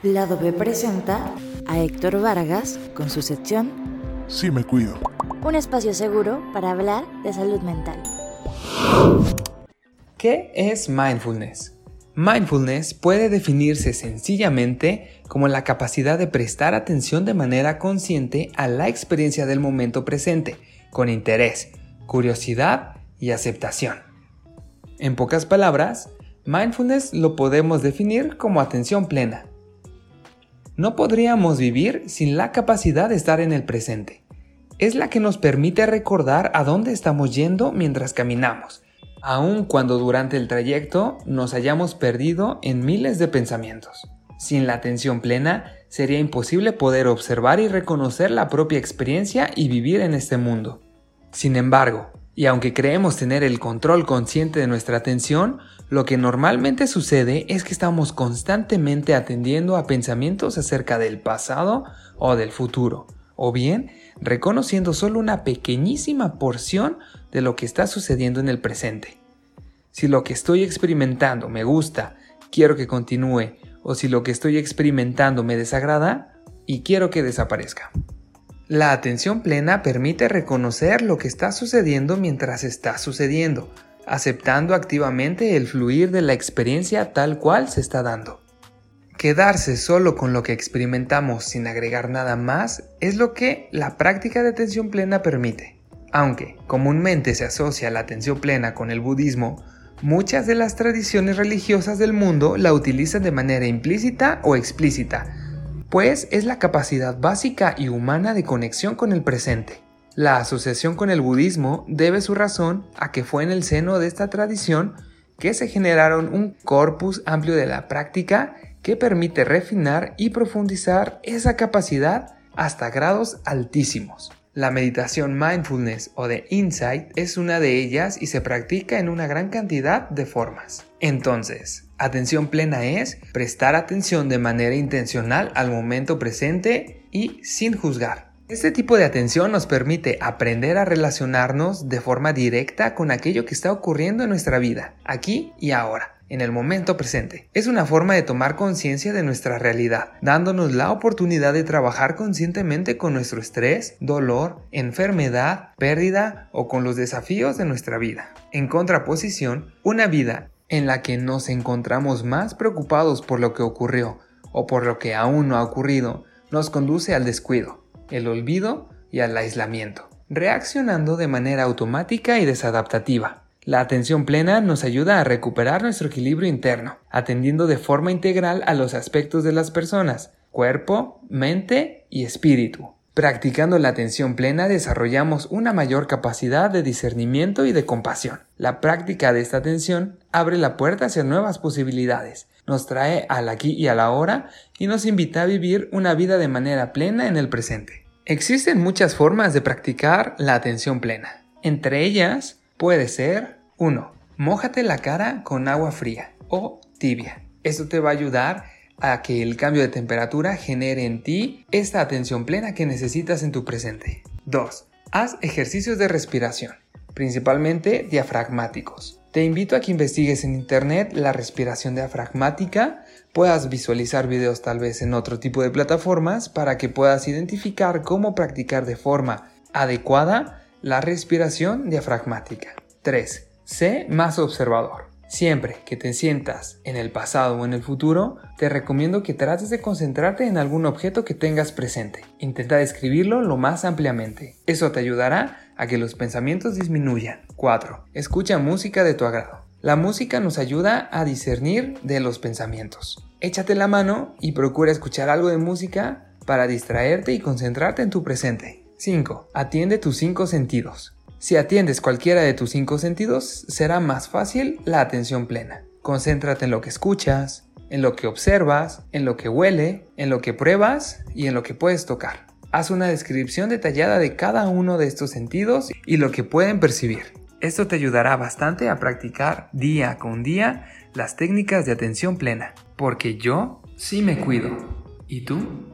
Lado B presenta a Héctor Vargas con su sección Sí me cuido. Un espacio seguro para hablar de salud mental. ¿Qué es mindfulness? Mindfulness puede definirse sencillamente como la capacidad de prestar atención de manera consciente a la experiencia del momento presente, con interés, curiosidad y aceptación. En pocas palabras, mindfulness lo podemos definir como atención plena. No podríamos vivir sin la capacidad de estar en el presente. Es la que nos permite recordar a dónde estamos yendo mientras caminamos, aun cuando durante el trayecto nos hayamos perdido en miles de pensamientos. Sin la atención plena, sería imposible poder observar y reconocer la propia experiencia y vivir en este mundo. Sin embargo, y aunque creemos tener el control consciente de nuestra atención, lo que normalmente sucede es que estamos constantemente atendiendo a pensamientos acerca del pasado o del futuro, o bien reconociendo solo una pequeñísima porción de lo que está sucediendo en el presente. Si lo que estoy experimentando me gusta, quiero que continúe, o si lo que estoy experimentando me desagrada y quiero que desaparezca. La atención plena permite reconocer lo que está sucediendo mientras está sucediendo, aceptando activamente el fluir de la experiencia tal cual se está dando. Quedarse solo con lo que experimentamos sin agregar nada más es lo que la práctica de atención plena permite. Aunque comúnmente se asocia la atención plena con el budismo, muchas de las tradiciones religiosas del mundo la utilizan de manera implícita o explícita, pues es la capacidad básica y humana de conexión con el presente. La asociación con el budismo debe su razón a que fue en el seno de esta tradición que se generaron un corpus amplio de la práctica que permite refinar y profundizar esa capacidad hasta grados altísimos. La meditación mindfulness o de insight es una de ellas y se practica en una gran cantidad de formas. Entonces, atención plena es prestar atención de manera intencional al momento presente y sin juzgar. Este tipo de atención nos permite aprender a relacionarnos de forma directa con aquello que está ocurriendo en nuestra vida, aquí y ahora, en el momento presente. Es una forma de tomar conciencia de nuestra realidad, dándonos la oportunidad de trabajar conscientemente con nuestro estrés, dolor, enfermedad, pérdida o con los desafíos de nuestra vida. En contraposición, una vida en la que nos encontramos más preocupados por lo que ocurrió o por lo que aún no ha ocurrido, nos conduce al descuido, el olvido y al aislamiento, reaccionando de manera automática y desadaptativa. La atención plena nos ayuda a recuperar nuestro equilibrio interno, atendiendo de forma integral a los aspectos de las personas, cuerpo, mente y espíritu. Practicando la atención plena desarrollamos una mayor capacidad de discernimiento y de compasión. La práctica de esta atención abre la puerta hacia nuevas posibilidades, nos trae al aquí y a la ahora y nos invita a vivir una vida de manera plena en el presente. Existen muchas formas de practicar la atención plena. Entre ellas puede ser 1. Mójate la cara con agua fría o tibia. Esto te va a ayudar a que el cambio de temperatura genere en ti esta atención plena que necesitas en tu presente. 2. Haz ejercicios de respiración, principalmente diafragmáticos. Te invito a que investigues en internet la respiración diafragmática, puedas visualizar videos tal vez en otro tipo de plataformas para que puedas identificar cómo practicar de forma adecuada la respiración diafragmática. 3. Sé más observador. Siempre que te sientas en el pasado o en el futuro, te recomiendo que trates de concentrarte en algún objeto que tengas presente. Intenta describirlo lo más ampliamente. Eso te ayudará a que los pensamientos disminuyan. 4. Escucha música de tu agrado. La música nos ayuda a discernir de los pensamientos. Échate la mano y procura escuchar algo de música para distraerte y concentrarte en tu presente. 5. Atiende tus 5 sentidos. Si atiendes cualquiera de tus 5 sentidos, será más fácil la atención plena. Concéntrate en lo que escuchas, en lo que observas, en lo que huele, en lo que pruebas y en lo que puedes tocar. Haz una descripción detallada de cada uno de estos sentidos y lo que pueden percibir. Esto te ayudará bastante a practicar día con día las técnicas de atención plena. Porque yo sí me cuido. ¿Y tú?